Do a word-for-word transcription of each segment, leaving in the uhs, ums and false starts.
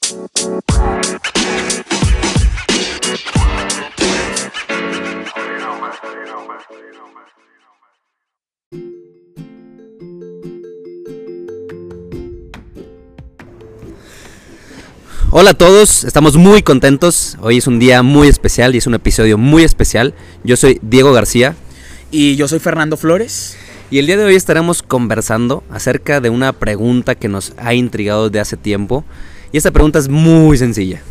Hola a todos, estamos muy contentos. Hoy es un día muy especial y es un episodio muy especial. Yo soy Diego García. Y yo soy Fernando Flores. Y el día de hoy estaremos conversando acerca de una pregunta que nos ha intrigado desde hace tiempo. Y esta pregunta es muy sencilla.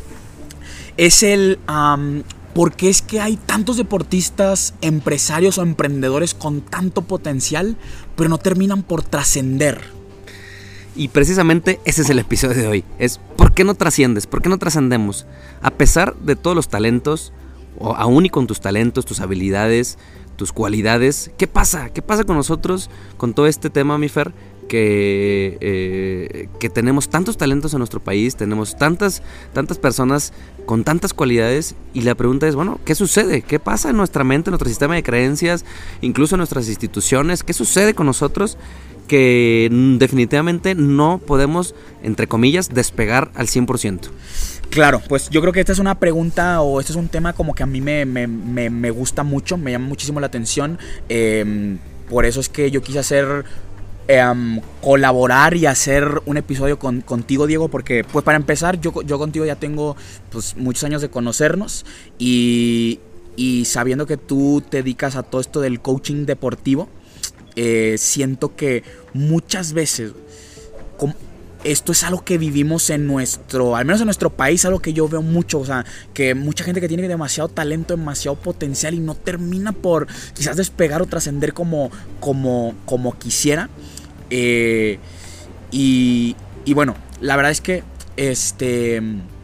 Es el... Um, ¿por qué es que hay tantos deportistas, empresarios o emprendedores con tanto potencial, pero no terminan por trascender? Y precisamente ese es el episodio de hoy. Es ¿por qué no trasciendes? ¿Por qué no trascendemos? A pesar de todos los talentos, o aún y con tus talentos, tus habilidades, tus cualidades, ¿qué pasa? ¿Qué pasa con nosotros con todo este tema, mi Fer? Que, eh, que tenemos tantos talentos en nuestro país, tenemos tantas, tantas personas con tantas cualidades, y la pregunta es, bueno, ¿qué sucede? ¿Qué pasa en nuestra mente, en nuestro sistema de creencias, incluso en nuestras instituciones? ¿Qué sucede con nosotros que definitivamente no podemos, entre comillas, despegar al cien por ciento? Claro, pues yo creo que esta es una pregunta o este es un tema como que a mí me, me, me, me gusta mucho, me llama muchísimo la atención. Eh, por eso es que yo quise hacer, eh, colaborar y hacer un episodio con, contigo, Diego, porque pues para empezar, yo, yo contigo ya tengo pues muchos años de conocernos y, y sabiendo que tú te dedicas a todo esto del coaching deportivo, eh, siento que muchas veces... Como, esto es algo que vivimos en nuestro, al menos en nuestro país, algo que yo veo mucho, o sea, que mucha gente que tiene demasiado talento, demasiado potencial y no termina por quizás despegar o trascender como, como, como quisiera. Eh, y, y bueno, la verdad es que este,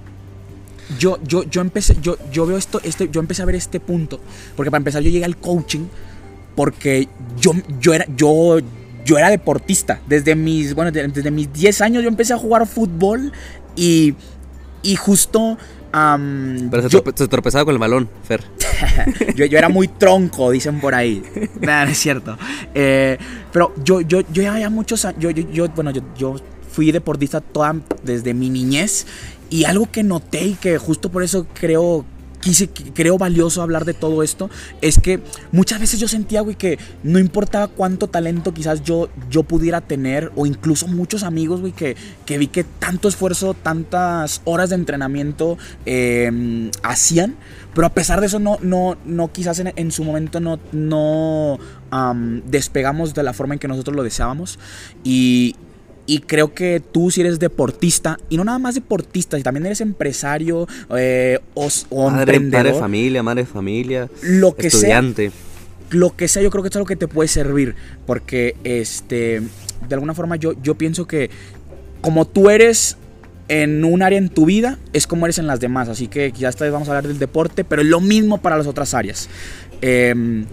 yo, yo, yo empecé, yo, yo veo esto, este, yo empecé a ver este punto, porque para empezar yo llegué al coaching porque yo, yo era, yo Yo era deportista. Desde mis, bueno, desde mis diez años yo empecé a jugar fútbol y, y justo... Um, Pero se, yo, trope, se tropezaba con el balón, Fer. yo, yo era muy tronco, dicen por ahí. Nah, no es cierto. Eh, pero yo, yo, yo ya había muchos años... Yo, yo, yo, bueno, yo, yo fui deportista toda, desde mi niñez. Y algo que noté y que justo por eso creo... Quise, creo valioso hablar de todo esto, es que muchas veces yo sentía, güey, que no importaba cuánto talento quizás yo, yo pudiera tener, o incluso muchos amigos, güey, que, que vi que tanto esfuerzo, tantas horas de entrenamiento eh, hacían, pero a pesar de eso no, no, no quizás en, en su momento no, no um, despegamos de la forma en que nosotros lo deseábamos. Y Y creo que tú, si eres deportista, y no nada más deportista, si también eres empresario eh, o, o madre, emprendedor, padre de familia, madre de familia, lo que estudiante, sea, lo que sea, yo creo que esto es algo que te puede servir, porque este, de alguna forma yo, yo pienso que como tú eres en un área en tu vida, es como eres en las demás. Así que ya esta vez vamos a hablar del deporte, pero es lo mismo para las otras áreas. Eh,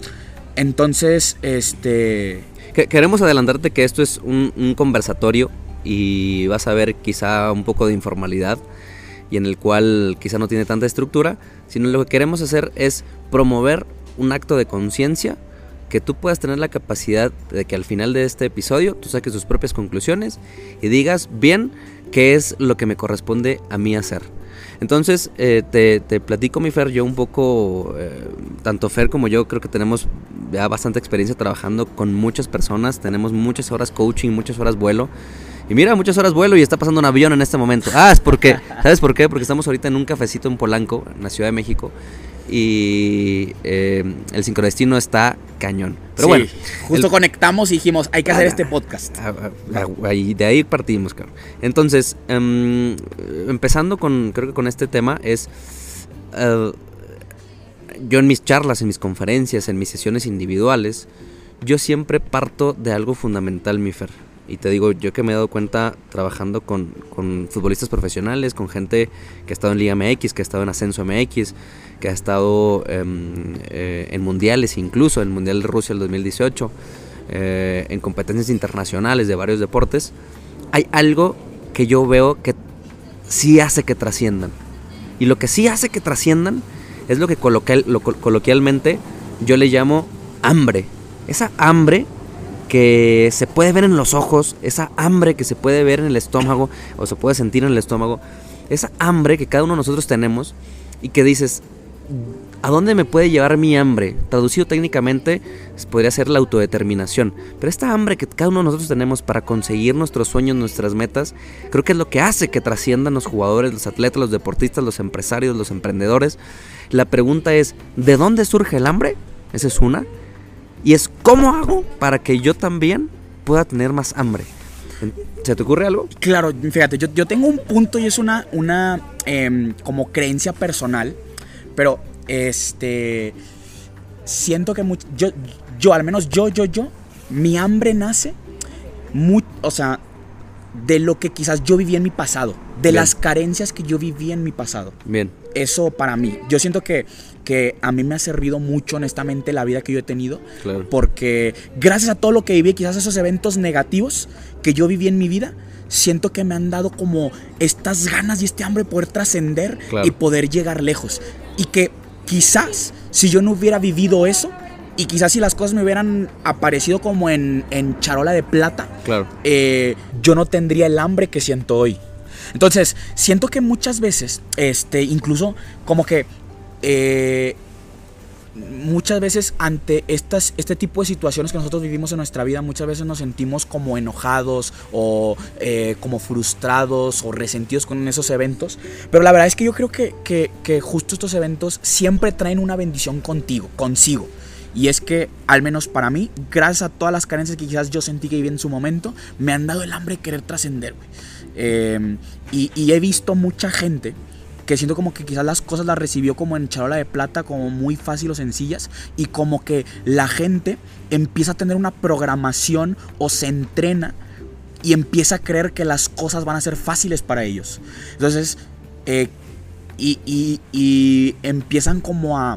entonces, este... Queremos adelantarte que esto es un, un conversatorio y vas a ver quizá un poco de informalidad y en el cual quizá no tiene tanta estructura, sino lo que queremos hacer es promover un acto de conciencia, que tú puedas tener la capacidad de que al final de este episodio tú saques tus propias conclusiones y digas bien qué es lo que me corresponde a mí hacer. Entonces, eh, te, te platico, mi Fer, yo un poco, eh, tanto Fer como yo creo que tenemos ya bastante experiencia trabajando con muchas personas, tenemos muchas horas coaching, muchas horas vuelo, y mira, muchas horas vuelo y está pasando un avión en este momento. Ah, es porque, ¿sabes por qué? Porque estamos ahorita en un cafecito en Polanco, en la Ciudad de México, y eh, el sincrodestino está cañón. Pero sí, bueno, justo el... conectamos y dijimos, hay que hacer ah, este podcast. Ah, ah, ah, y de ahí partimos, cabrón. Entonces, um, empezando con, creo que con este tema es, uh, yo en mis charlas, en mis conferencias, en mis sesiones individuales, yo siempre parto de algo fundamental, mi Fer. Y te digo, yo que me he dado cuenta trabajando con, con futbolistas profesionales, con gente que ha estado en Liga M X, que ha estado en Ascenso M X, que ha estado eh, eh, en mundiales, incluso en el Mundial de Rusia del dos mil dieciocho, eh, en competencias internacionales de varios deportes, hay algo que yo veo que sí hace que trasciendan. Y lo que sí hace que trasciendan es lo que coloquial, lo, coloquialmente yo le llamo hambre. Esa hambre que se puede ver en los ojos, esa hambre que se puede ver en el estómago o se puede sentir en el estómago, esa hambre que cada uno de nosotros tenemos y que dices, ¿a dónde me puede llevar mi hambre? Traducido técnicamente podría ser la autodeterminación, pero esta hambre que cada uno de nosotros tenemos para conseguir nuestros sueños, nuestras metas, creo que es lo que hace que trasciendan los jugadores, los atletas, los deportistas, los empresarios, los emprendedores. La pregunta es, ¿de dónde surge el hambre? Esa es una. Y es, ¿cómo hago para que yo también pueda tener más hambre? ¿Se te ocurre algo? Claro, fíjate, yo, yo tengo un punto y es una, una eh, como creencia personal, pero este siento que mucho, yo, yo, al menos yo, yo, yo, mi hambre nace, muy, o sea, de lo que quizás yo viví en mi pasado, de Bien. las carencias que yo viví en mi pasado. Bien. Eso para mí, yo siento que, que a mí me ha servido mucho honestamente la vida que yo he tenido, Claro. porque gracias a todo lo que viví, quizás esos eventos negativos que yo viví en mi vida, siento que me han dado como estas ganas y este hambre de poder trascender, Claro. y poder llegar lejos. Y que quizás si yo no hubiera vivido eso, y quizás si las cosas me hubieran aparecido como en, en charola de plata, Claro. eh, yo no tendría el hambre que siento hoy. Entonces, siento que muchas veces, este, incluso como que eh, muchas veces ante estas, este tipo de situaciones que nosotros vivimos en nuestra vida, muchas veces nos sentimos como enojados o eh, como frustrados o resentidos con esos eventos. Pero la verdad es que yo creo que, que, que justo estos eventos siempre traen una bendición contigo, consigo. Y es que, al menos para mí, gracias a todas las carencias que quizás yo sentí que viví en su momento, me han dado el hambre de querer trascender, güey. Eh, y, y he visto mucha gente que siento como que quizás las cosas las recibió como en charola de plata, como muy fácil o sencillas, y como que la gente empieza a tener una programación o se entrena y empieza a creer que las cosas van a ser fáciles para ellos. Entonces, eh, y, y, y empiezan como a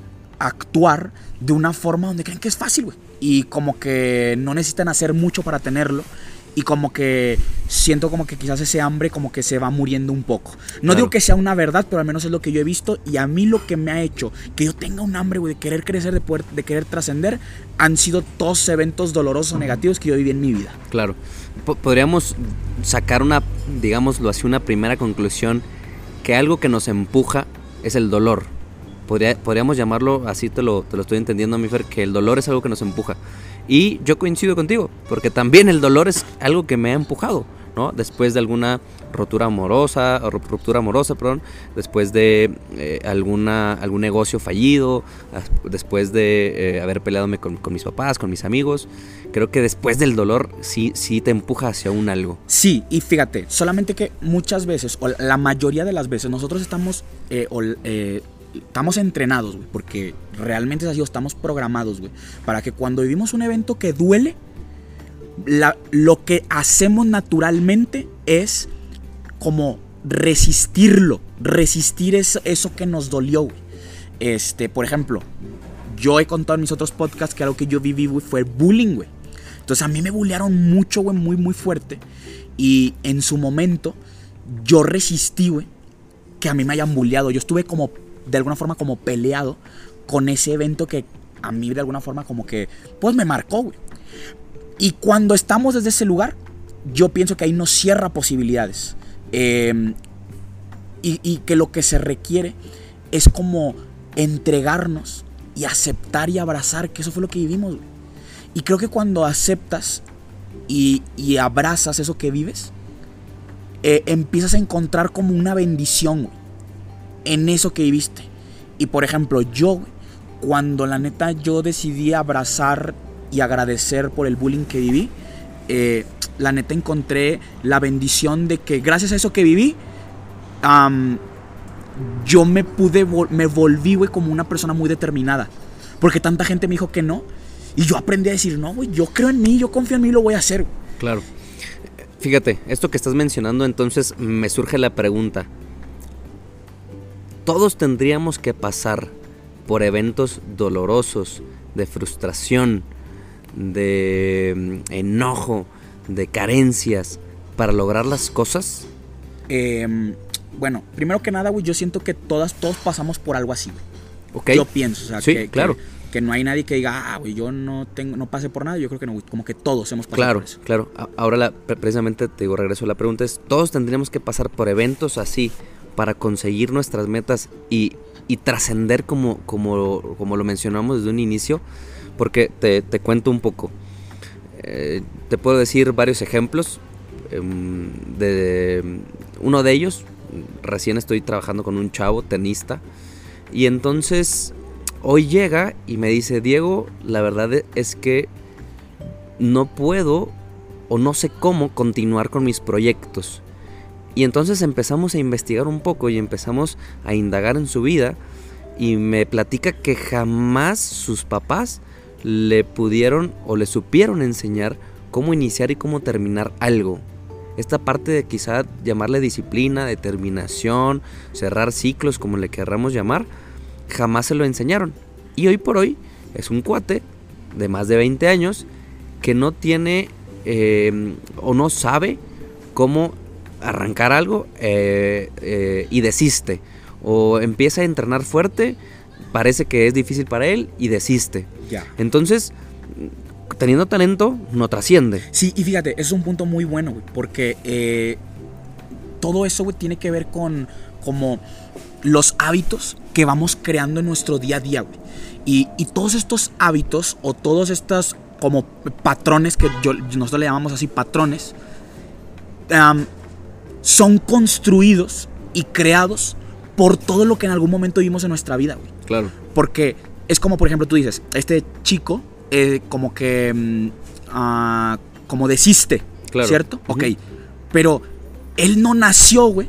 actuar de una forma donde creen que es fácil, güey. Y como que no necesitan hacer mucho para tenerlo. Y como que siento como que quizás ese hambre como que se va muriendo un poco. No Claro. digo que sea una verdad, pero al menos es lo que yo he visto. Y a mí lo que me ha hecho que yo tenga un hambre, güey, de querer crecer, de poder, de querer trascender, han sido todos eventos dolorosos o negativos que yo viví en mi vida. Claro. P- podríamos sacar una, digámoslo así, una primera conclusión, que algo que nos empuja es el dolor. Podría, podríamos llamarlo, así te lo, te lo estoy entendiendo, mi Fer, que el dolor es algo que nos empuja. Y yo coincido contigo, porque también el dolor es algo que me ha empujado, ¿no? Después de alguna rotura amorosa, o ruptura amorosa, perdón, después de eh, alguna, algún negocio fallido, después de eh, haber peleado con, con mis papás, con mis amigos, creo que después del dolor sí, sí te empuja hacia un algo. Sí, y fíjate, solamente que muchas veces, o la mayoría de las veces, nosotros estamos... Eh, o, eh, Estamos entrenados, güey, porque realmente es así, estamos programados, güey, para que cuando vivimos un evento que duele, la, lo que hacemos naturalmente es como resistirlo, resistir eso, eso que nos dolió, güey. Este, por ejemplo, yo he contado en mis otros podcasts que algo que yo viví, güey, fue el bullying, güey. Entonces a mí me bullearon mucho, güey, muy, muy fuerte. Y en su momento yo resistí, güey, que a mí me hayan bulleado. Yo estuve como... de alguna forma como peleado con ese evento que a mí de alguna forma como que pues me marcó, güey. Y cuando estamos desde ese lugar, yo pienso que ahí nos cierra posibilidades, eh, y, y que lo que se requiere es como entregarnos y aceptar y abrazar que eso fue lo que vivimos, güey. Y creo que cuando aceptas y, y abrazas eso que vives, eh, empiezas a encontrar como una bendición, güey, en eso que viviste. Y por ejemplo, yo, güey, cuando la neta yo decidí abrazar y agradecer por el bullying que viví, eh, la neta encontré la bendición de que gracias a eso que viví, um, yo me pude, me volví, güey, como una persona muy determinada. Porque tanta gente me dijo que no, y yo aprendí a decir, no, güey, yo creo en mí, yo confío en mí, lo voy a hacer, güey. Claro. Fíjate, esto que estás mencionando, entonces me surge la pregunta. Todos tendríamos que pasar por eventos dolorosos, de frustración, de enojo, de carencias, para lograr las cosas. Eh, bueno, primero que nada, güey, yo siento que todas, todos pasamos por algo así, güey. Okay. Yo pienso, o sea, sí, que, claro. que que no hay nadie que diga, ah, güey, yo no tengo, no pasé por nada. Yo creo que no, güey, como que todos hemos pasado Claro, por eso. claro. A- Ahora, la, pre- precisamente, te digo, regreso a la pregunta, es, todos tendríamos que pasar por eventos así para conseguir nuestras metas y, y trascender como, como, como lo mencionamos desde un inicio, porque te, te cuento un poco. Eh, te puedo decir varios ejemplos. em, de, uno de ellos, recién estoy trabajando con un chavo tenista, y entonces hoy llega y me dice, Diego, la verdad es que no puedo o no sé cómo continuar con mis proyectos. Y entonces empezamos a investigar un poco y empezamos a indagar en su vida, y me platica que jamás sus papás le pudieron o le supieron enseñar cómo iniciar y cómo terminar algo. Esta parte de quizá llamarle disciplina, determinación, cerrar ciclos, como le querramos llamar, jamás se lo enseñaron. Y hoy por hoy es un cuate de más de veinte años que no tiene eh, o no sabe cómo arrancar algo eh, eh, y desiste. O empieza a entrenar fuerte, parece que es difícil para él y desiste. Ya. Entonces, teniendo talento, no trasciende. Sí, y fíjate, es un punto muy bueno, güey, porque eh, todo eso, güey, tiene que ver con como los hábitos que vamos creando en nuestro día a día, güey. Y, y todos estos hábitos o todos estos como patrones, que yo, nosotros le llamamos así patrones, um, son construidos y creados por todo lo que en algún momento vimos en nuestra vida, güey. Claro. Porque es como, por ejemplo, tú dices, este chico eh, como que mm, uh, como desiste, Claro. ¿cierto? Uh-huh. Ok, pero él no nació, güey,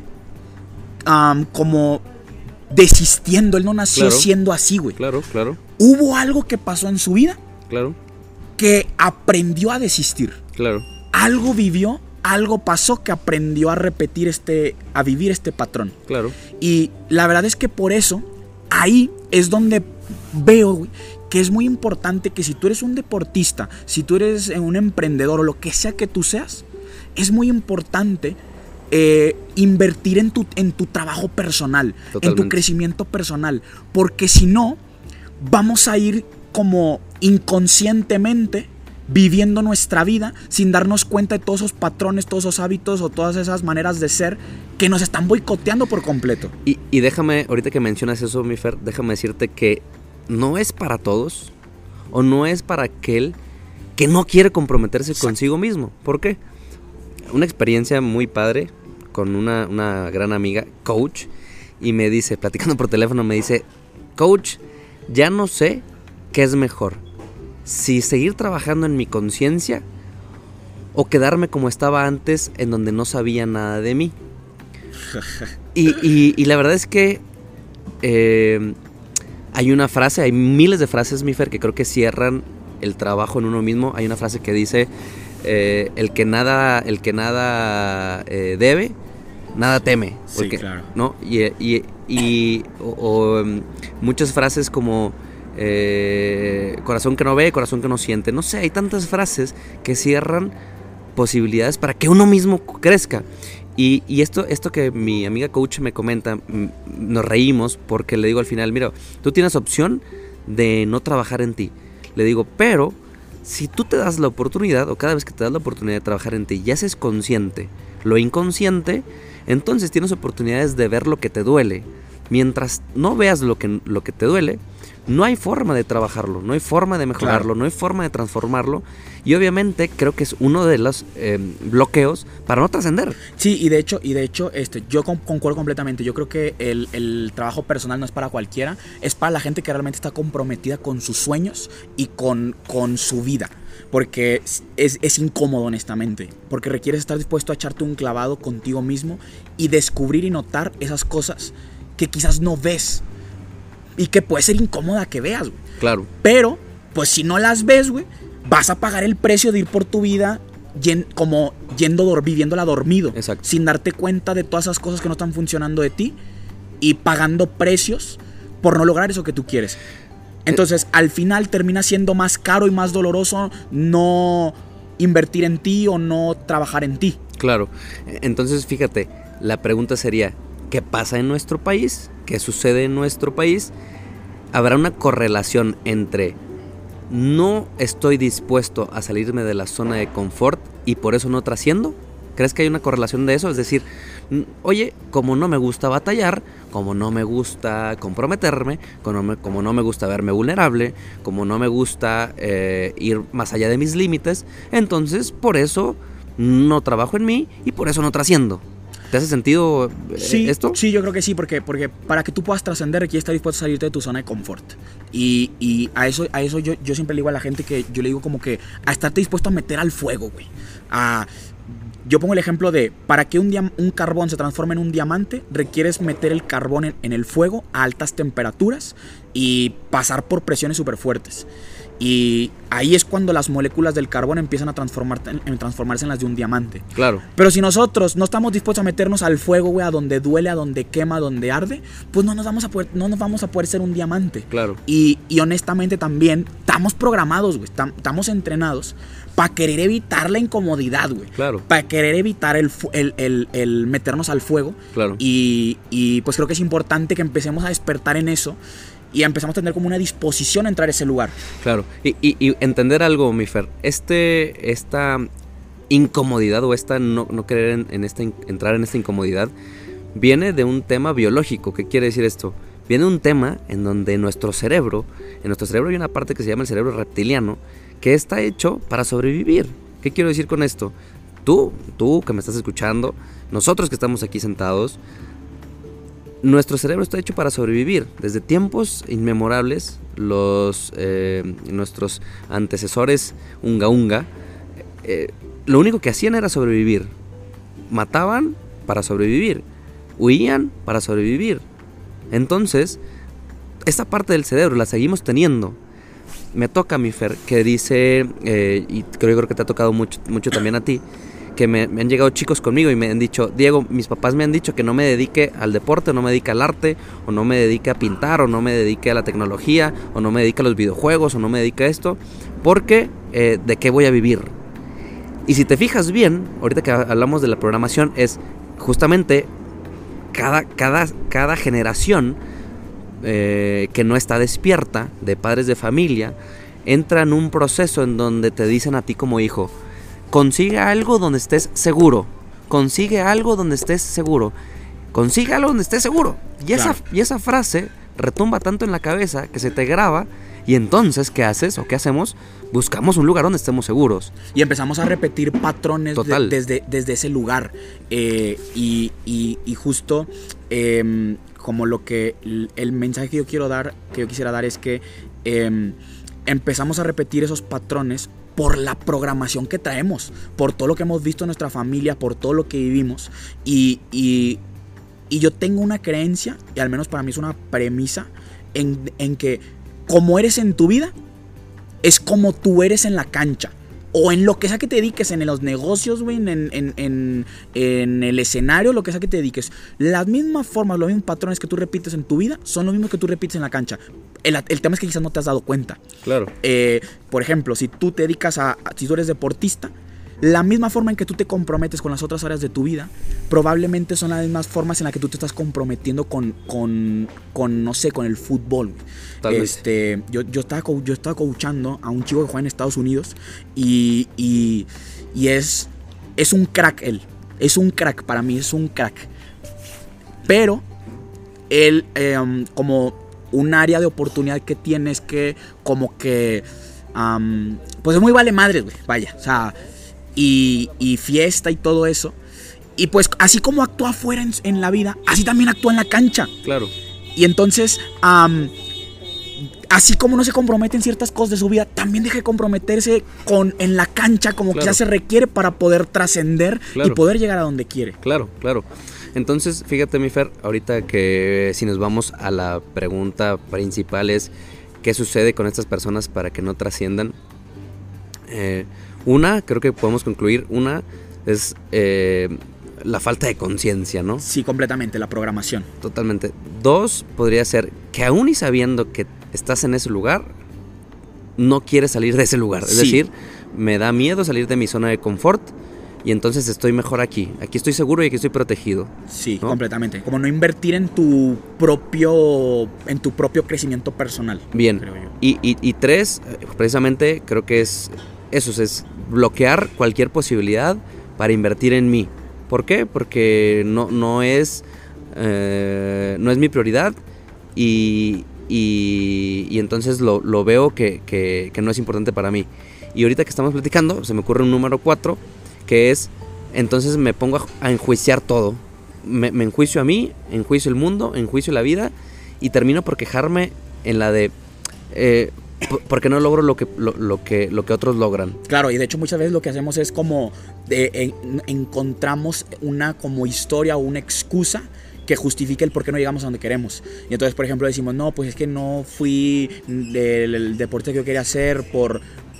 um, como desistiendo, él no nació Claro. siendo así, güey. Claro, claro, Hubo algo que pasó en su vida claro, que aprendió a desistir. claro. Algo vivió, algo pasó que aprendió a repetir este, a vivir este patrón. Claro. Y la verdad es que por eso, ahí es donde veo, güey, que es muy importante que si tú eres un deportista, si tú eres un emprendedor o lo que sea que tú seas, es muy importante eh, invertir en tu, en tu trabajo personal, Totalmente. en tu crecimiento personal, porque si no, vamos a ir como inconscientemente viviendo nuestra vida sin darnos cuenta de todos esos patrones, todos esos hábitos o todas esas maneras de ser que nos están boicoteando por completo. Y, y déjame, ahorita que mencionas eso, mi Fer, déjame decirte que no es para todos o no es para aquel que no quiere comprometerse Exacto. consigo mismo. ¿Por qué? Una experiencia muy padre con una, una gran amiga, coach, y me dice, platicando por teléfono, me dice, coach, ya no sé qué es mejor, si seguir trabajando en mi conciencia o quedarme como estaba antes, en donde no sabía nada de mí. Y, y, y la verdad es que eh, hay una frase, hay miles de frases, mi Fer, que creo que cierran el trabajo en uno mismo. Hay una frase que dice, eh, el que nada, el que nada eh, debe, nada teme. Porque, Sí, claro. ¿no? Y, y, y o, o, um, muchas frases como eh, corazón que no ve, corazón que no siente. No sé, hay tantas frases que cierran posibilidades para que uno mismo crezca. Y, y esto, esto que mi amiga coach me comenta, m- nos reímos porque le digo al final, mira, tú tienes opción de no trabajar en ti. Le digo, pero si tú te das la oportunidad, o cada vez que te das la oportunidad de trabajar en ti y haces consciente lo inconsciente, entonces tienes oportunidades de ver lo que te duele. Mientras no veas lo que, lo que te duele, no hay forma de trabajarlo, no hay forma de mejorarlo, Claro. no hay forma de transformarlo. Y obviamente creo que es uno de los eh, bloqueos para no trascender. Sí, y de hecho, y de hecho este, yo con- concuerdo completamente. Yo creo que el, el trabajo personal no es para cualquiera, es para la gente que realmente está comprometida con sus sueños y con, con su vida. Porque es, es incómodo, honestamente. Porque requieres estar dispuesto a echarte un clavado contigo mismo y descubrir y notar esas cosas que quizás no ves y que puede ser incómoda que veas, güey. Claro. Pero, pues si no las ves, güey, vas a pagar el precio de ir por tu vida yen- como yendo, dor- viviéndola dormido. Exacto. Sin darte cuenta de todas esas cosas que no están funcionando de ti y pagando precios por no lograr eso que tú quieres. Entonces, al final termina siendo más caro y más doloroso no invertir en ti o no trabajar en ti. Claro. Entonces, fíjate, la pregunta sería, ¿qué pasa en nuestro país? ¿Qué sucede en nuestro país? ¿habrá una correlación entre no estoy dispuesto a salirme de la zona de confort y por eso no trasciendo? ¿Crees que hay una correlación de eso? Es decir, oye, como no me gusta batallar, como no me gusta comprometerme, como no me, como no me gusta verme vulnerable, como no me gusta eh, ir más allá de mis límites, entonces por eso no trabajo en mí y por eso no trasciendo. ¿Te hace sentido eh, sí, esto? Sí, yo creo que sí, porque, porque para que tú puedas trascender requieres estar dispuesto a salirte de tu zona de confort. Y, y a eso, a eso yo, yo siempre le digo a la gente que yo le digo como que a estarte dispuesto a meter al fuego, güey. A... Yo pongo el ejemplo de, para que un, dia- un carbón se transforme en un diamante, requieres meter el carbón en, en el fuego a altas temperaturas y pasar por presiones súper fuertes. Y ahí es cuando las moléculas del carbón empiezan a transformar, en transformarse en las de un diamante. Claro. Pero si nosotros no estamos dispuestos a meternos al fuego, güey, a donde duele, a donde quema, a donde arde, pues no nos vamos a poder, no nos vamos a poder ser un diamante. Claro. Y, y honestamente también estamos programados, güey, estamos entrenados para querer evitar la incomodidad, güey. Claro. Para querer evitar el, el, el, el meternos al fuego. Claro. Y, y pues creo que es importante que empecemos a despertar en eso y empezamos a tener como una disposición a entrar a ese lugar. Claro. Y, y, y entender algo, mi Fer. Este, esta incomodidad o esta no, no querer en, en esta, entrar en esta incomodidad viene de un tema biológico. ¿Qué quiere decir esto? Viene de un tema en donde nuestro cerebro, en nuestro cerebro hay una parte que se llama el cerebro reptiliano, que está hecho para sobrevivir. ¿Qué quiero decir con esto? Tú, tú que me estás escuchando, nosotros que estamos aquí sentados, nuestro cerebro está hecho para sobrevivir. Desde tiempos inmemorables, los, eh, nuestros antecesores unga unga, eh, lo único que hacían era sobrevivir. Mataban para sobrevivir, huían para sobrevivir. Entonces, esta parte del cerebro la seguimos teniendo. Me toca, mi Fer, que dice, eh, y creo, creo que te ha tocado mucho, mucho también a ti, que me, me han llegado chicos conmigo y me han dicho, Diego, mis papás me han dicho que no me dedique al deporte, no me dedique al arte, o no me dedique a pintar, o no me dedique a la tecnología, o no me dedique a los videojuegos, o no me dedique a esto, porque eh, ¿de qué voy a vivir? Y si te fijas bien, ahorita que hablamos de la programación, es justamente cada, cada, cada generación eh, que no está despierta, de padres de familia, entra en un proceso en donde te dicen a ti como hijo, consigue algo donde estés seguro, consigue algo donde estés seguro, consigue algo donde estés seguro. Y esa, claro. y esa frase retumba tanto en la cabeza que se te graba. Y entonces, ¿qué haces o qué hacemos? Buscamos un lugar donde estemos seguros. Y empezamos a repetir patrones de, desde, desde ese lugar. Eh, y, y, y justo eh, como lo que el, el mensaje que yo quiero dar, que yo quisiera dar es que eh, empezamos a repetir esos patrones por la programación que traemos, por todo lo que hemos visto en nuestra familia, por todo lo que vivimos. Y, y, y yo tengo una creencia, y al menos para mí es una premisa, en, en que como eres en tu vida, es como tú eres en la cancha. O en lo que sea que te dediques, en los negocios, güey, en, en, en, en el escenario, lo que sea que te dediques. Las mismas formas, los mismos patrones que tú repites en tu vida son los mismos que tú repites en la cancha. El, el tema es que quizás no te has dado cuenta. Claro. Eh, por ejemplo, si tú te dedicas a, a, si tú eres deportista, la misma forma en que tú te comprometes con las otras áreas de tu vida, probablemente son las mismas formas en las que tú te estás comprometiendo con, con, con no sé, con el fútbol. Tal este, yo, yo, estaba, yo estaba coachando a un chico que juega en Estados Unidos y, y, y es, es un crack él. Es un crack, para mí es un crack. Pero él, eh, como un área de oportunidad que tiene es que como que, um, pues es muy vale madre, güey, vaya, o sea... Y, y fiesta y todo eso. Y pues así como actúa afuera en, en la vida, así también actúa en la cancha. Claro. Y entonces, um, así como no se compromete en ciertas cosas de su vida, también deja de comprometerse con, en la cancha, como claro. que ya se requiere para poder trascender claro. y poder llegar a donde quiere. Claro, claro. Entonces, fíjate, mi Fer, ahorita que si nos vamos a la pregunta principal es ¿qué sucede con estas personas para que no trasciendan? Eh... Una, creo que podemos concluir, una es eh, la falta de conciencia, ¿no? Sí, completamente, la programación. Totalmente. Dos, podría ser que aún y sabiendo que estás en ese lugar, no quieres salir de ese lugar. Es sí. decir, me da miedo salir de mi zona de confort, y entonces estoy mejor aquí. Aquí estoy seguro y aquí estoy protegido. Sí, ¿no? Completamente. Como no invertir en tu propio, en tu propio crecimiento personal. Bien. Creo yo. Y, y, y tres, precisamente creo que es eso, es bloquear cualquier posibilidad para invertir en mí. ¿Por qué? Porque no, no, es, eh, no es mi prioridad y, y, y entonces lo, lo veo que, que, que no es importante para mí. Y ahorita que estamos platicando, se me ocurre un número cuatro, que es, entonces me pongo a, a enjuiciar todo. Me, me enjuicio a mí, enjuicio el mundo, enjuicio la vida y termino por quejarme en la de... Eh, porque no logro lo que, lo, lo, que, lo que otros logran. Claro, y de hecho muchas veces lo que hacemos es como de, en, encontramos una como historia o una excusa que justifique el por qué no llegamos a donde queremos. Y entonces, por ejemplo, decimos, no, pues es que no fui del, del deporte que yo quería hacer por,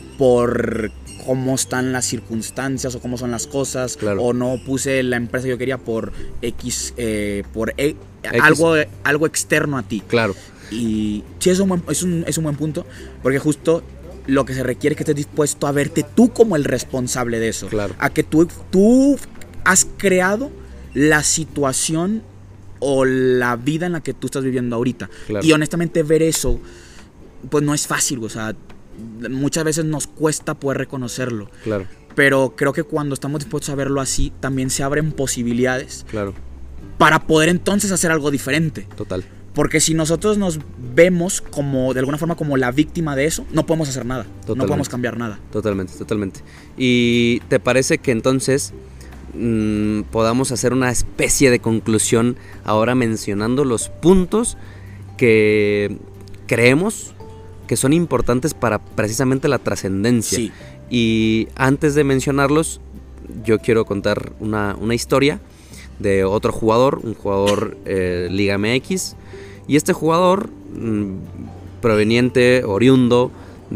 por cómo están las circunstancias o cómo son las cosas, claro. O no puse la empresa que yo quería por X, eh, por e, algo, algo externo a ti. Claro. Y sí, es un, buen, es, un, es un buen punto, porque justo lo que se requiere es que estés dispuesto a verte tú como el responsable de eso. Claro. A que tú, tú has creado la situación o la vida en la que tú estás viviendo ahorita. Claro. Y honestamente ver eso, pues no es fácil, o sea, muchas veces nos cuesta poder reconocerlo. Claro. Pero creo que cuando estamos dispuestos a verlo así, también se abren posibilidades. Claro. Para poder entonces hacer algo diferente. Total. Porque si nosotros nos vemos como, de alguna forma, como la víctima de eso, no podemos hacer nada. Totalmente. No podemos cambiar nada. Totalmente, totalmente. ¿Y te parece que entonces mmm, podamos hacer una especie de conclusión ahora mencionando los puntos que creemos que son importantes para precisamente la trascendencia? Sí. Y antes de mencionarlos, yo quiero contar una, una historia de otro jugador, un jugador eh, Liga M X. Y este jugador, mmm, proveniente, oriundo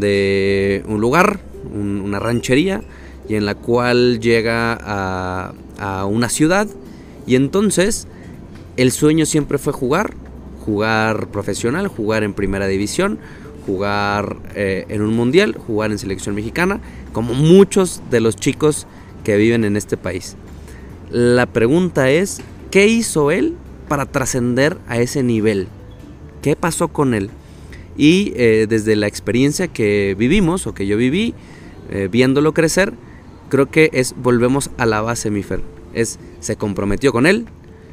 de un lugar, un, una ranchería, y en la cual llega a, a una ciudad. Y entonces el sueño siempre fue jugar, jugar profesional, jugar en primera división, jugar eh, en un mundial, jugar en selección mexicana, como muchos de los chicos que viven en este país. La pregunta es, ¿qué hizo él para trascender a ese nivel? ¿Qué pasó con él? Y eh, desde la experiencia que vivimos, o que yo viví, eh, viéndolo crecer, creo que es, volvemos a la base, mi Fer. Es, se comprometió con él,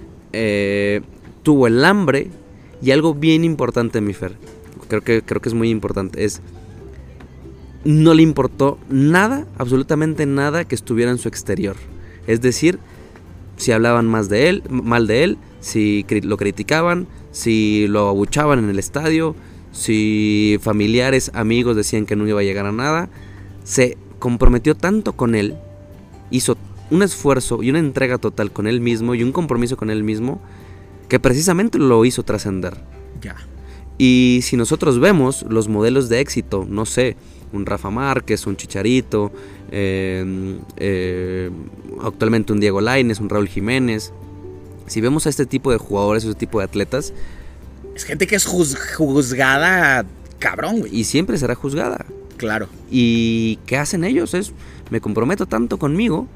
eh, tuvo el hambre, y algo bien importante, mi Fer, creo que, creo que es muy importante, es, no le importó nada, absolutamente nada que estuviera en su exterior. Es decir, si hablaban más de él, mal de él, si lo criticaban, si lo abuchaban en el estadio, si familiares, amigos decían que no iba a llegar a nada, se comprometió tanto con él, hizo un esfuerzo y una entrega total con él mismo y un compromiso con él mismo, que precisamente lo hizo trascender. Ya. Y si nosotros vemos los modelos de éxito, no sé, un Rafa Márquez, un Chicharito, eh, eh, actualmente un Diego Lainez, un Raúl Jiménez, si vemos a este tipo de jugadores, a este tipo de atletas, es gente que es juz, juzgada cabrón, güey. Y siempre será juzgada. Claro. ¿Y qué hacen ellos? Es, me comprometo tanto conmigo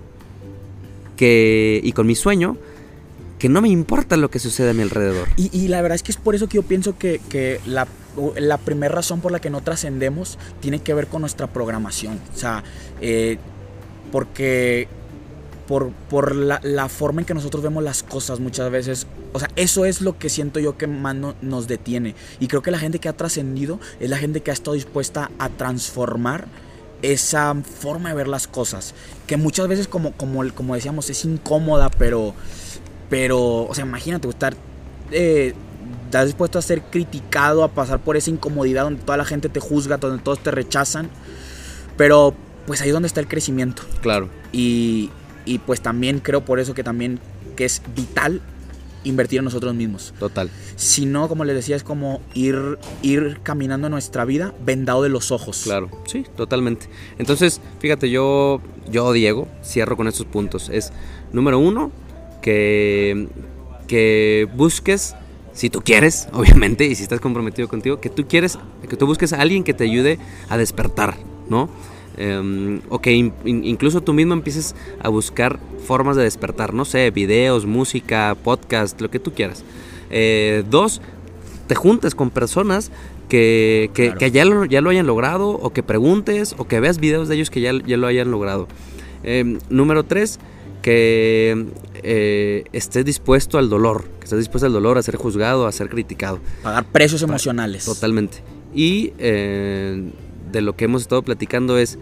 que, y con mi sueño, que no me importa lo que sucede a mi alrededor. Y, y la verdad es que es por eso que yo pienso que, que la, la primera razón por la que no trascendemos tiene que ver con nuestra programación. O sea, eh, porque por, por la, la forma en que nosotros vemos las cosas muchas veces, o sea, eso es lo que siento yo que más no, nos detiene. Y creo que la gente que ha trascendido es la gente que ha estado dispuesta a transformar esa forma de ver las cosas, que muchas veces, como, como, como decíamos, es incómoda, pero... Pero, o sea, imagínate, estar eh, estás dispuesto a ser criticado, a pasar por esa incomodidad donde toda la gente te juzga, donde todos te rechazan. Pero, pues ahí es donde está el crecimiento. Claro. Y, y pues también creo por eso que también que es vital invertir en nosotros mismos. Total. Si no, como les decía, es como ir, ir caminando en nuestra vida vendado de los ojos. Claro, sí, totalmente. Entonces, fíjate, yo, yo Diego, cierro con estos puntos. Es, número uno, que, que busques, si tú quieres, obviamente, y si estás comprometido contigo, que tú quieres, que tú busques a alguien que te ayude a despertar, ¿no? Eh, o que in, in, incluso tú mismo empieces a buscar formas de despertar, no sé, videos, música, podcast, lo que tú quieras. Eh, dos, te juntes con personas que, que, claro. que ya, lo, ya lo hayan logrado, o que preguntes, o que veas videos de ellos que ya, ya lo hayan logrado. Eh, número tres, que eh, estés dispuesto al dolor, que estés dispuesto al dolor, a ser juzgado, a ser criticado. Pagar precios Para, emocionales. Totalmente. Y eh, de lo que hemos estado platicando es,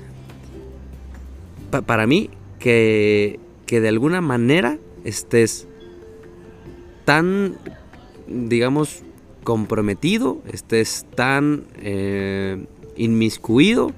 pa, para mí, que, que de alguna manera estés tan, digamos, comprometido, estés tan eh, inmiscuido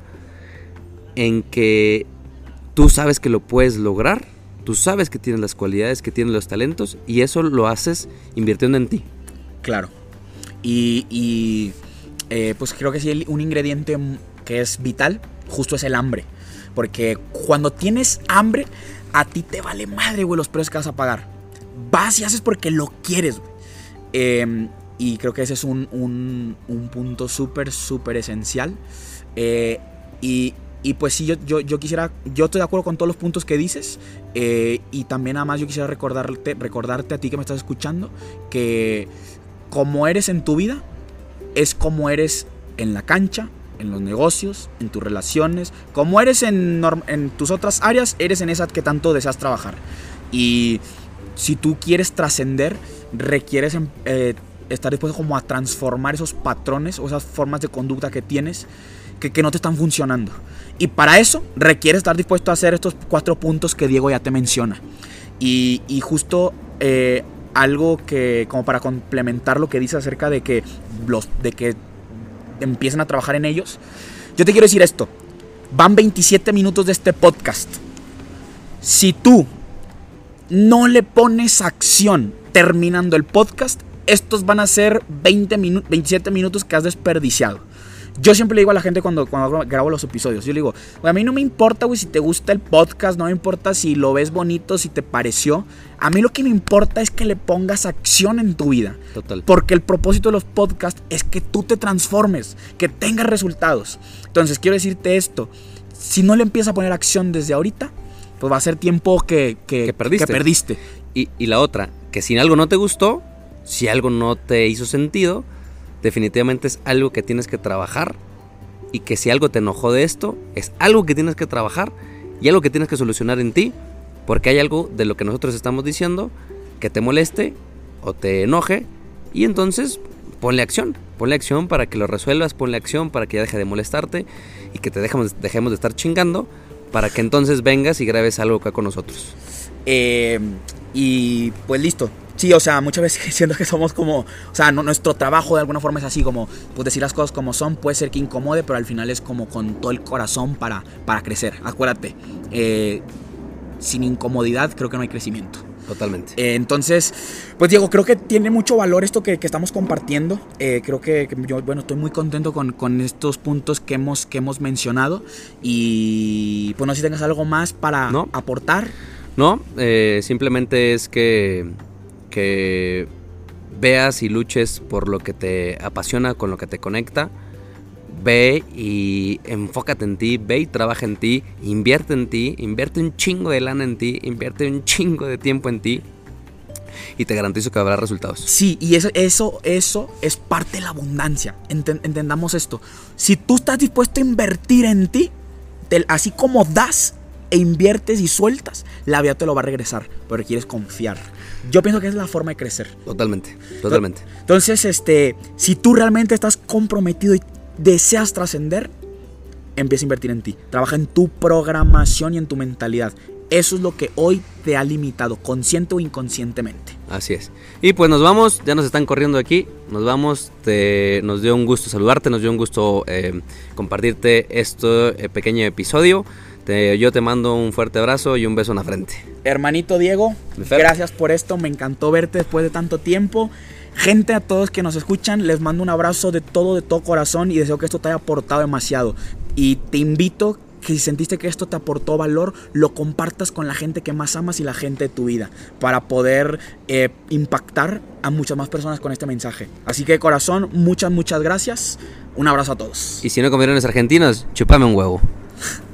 en que tú sabes que lo puedes lograr, tú sabes que tienes las cualidades, que tienes los talentos, y eso lo haces invirtiendo en ti. Claro. Y, y eh, pues creo que sí, un ingrediente que es vital justo es el hambre. Porque cuando tienes hambre, a ti te vale madre, güey, los precios que vas a pagar. Vas y haces porque lo quieres, güey. Eh, y creo que ese es un, un, un punto súper, súper esencial. Eh, y, y pues sí, yo, yo, yo quisiera, yo estoy de acuerdo con todos los puntos que dices. Eh, y también además yo quisiera recordarte, recordarte a ti que me estás escuchando, que como eres en tu vida, es como eres en la cancha, en los negocios, en tus relaciones. Como eres en, en tus otras áreas, eres en esa que tanto deseas trabajar. Y si tú quieres trascender, requieres eh, estar dispuesto como a transformar esos patrones o esas formas de conducta que tienes que, que no te están funcionando. Y para eso requieres estar dispuesto a hacer estos cuatro puntos que Diego ya te menciona. Y, y justo eh, algo que, como para complementar lo que dice acerca de que, los, de que empiecen a trabajar en ellos, yo te quiero decir esto. Van veintisiete minutos de este podcast. Si tú no le pones acción terminando el podcast, estos van a ser veinte minu- veintisiete minutos que has desperdiciado. Yo siempre le digo a la gente cuando, cuando grabo los episodios, yo le digo, a mí no me importa, güey, si te gusta el podcast, no me importa si lo ves bonito, si te pareció. A mí lo que me importa es que le pongas acción en tu vida. Total. Porque el propósito de los podcasts es que tú te transformes, que tengas resultados. Entonces, quiero decirte esto, si no le empiezas a poner acción desde ahorita, pues va a ser tiempo que, que, que perdiste. Que perdiste. Y, y la otra, que si algo no te gustó, si algo no te hizo sentido, definitivamente es algo que tienes que trabajar, y que si algo te enojó de esto, es algo que tienes que trabajar y algo que tienes que solucionar en ti, porque hay algo de lo que nosotros estamos diciendo que te moleste o te enoje, y entonces ponle acción, ponle acción para que lo resuelvas, ponle acción para que ya deje de molestarte y que te dejemos, dejemos de estar chingando, para que entonces vengas y grabes algo acá con nosotros. Eh, y pues listo. Sí, o sea, muchas veces siento que somos como, o sea, no, nuestro trabajo de alguna forma es así, como, pues decir las cosas como son, puede ser que incomode, pero al final es como con todo el corazón para, para crecer. Acuérdate, eh, sin incomodidad creo que no hay crecimiento. Totalmente. Eh, entonces, pues Diego, creo que tiene mucho valor esto que, que estamos compartiendo. Eh, creo que, que yo, bueno, estoy muy contento con, con estos puntos que hemos, que hemos mencionado. Y pues no sé si tengas algo más para ¿No? aportar. No, eh, simplemente es que... que veas y luches por lo que te apasiona, con lo que te conecta. Ve y enfócate en ti, ve y trabaja en ti, invierte en ti, invierte un chingo de lana en ti, invierte un chingo de tiempo en ti, y te garantizo que habrá resultados. Sí, y eso, eso, eso es parte de la abundancia. Enten, entendamos esto. Si tú estás dispuesto a invertir en ti, te, así como das e inviertes y sueltas, la vida te lo va a regresar, pero quieres confiar. Yo pienso que es la forma de crecer. Totalmente, totalmente. Entonces, este, si tú realmente estás comprometido y deseas trascender, empieza a invertir en ti. Trabaja en tu programación y en tu mentalidad. Eso es lo que hoy te ha limitado, consciente o inconscientemente. Así es. Y pues nos vamos, ya nos están corriendo aquí. Nos vamos, te, nos dio un gusto saludarte, nos dio un gusto eh, compartirte este eh, pequeño episodio. Te, yo te mando un fuerte abrazo y un beso en la frente. Hermanito Diego, gracias por esto, me encantó verte después de tanto tiempo. Gente, a todos que nos escuchan, les mando un abrazo de todo, de todo corazón, y deseo que esto te haya aportado demasiado. Y te invito que si sentiste que esto te aportó valor, lo compartas con la gente que más amas y la gente de tu vida, para poder eh, impactar a muchas más personas con este mensaje. Así que de corazón, muchas, muchas gracias. Un abrazo a todos. Y si no comieron los argentinos, chupame un huevo.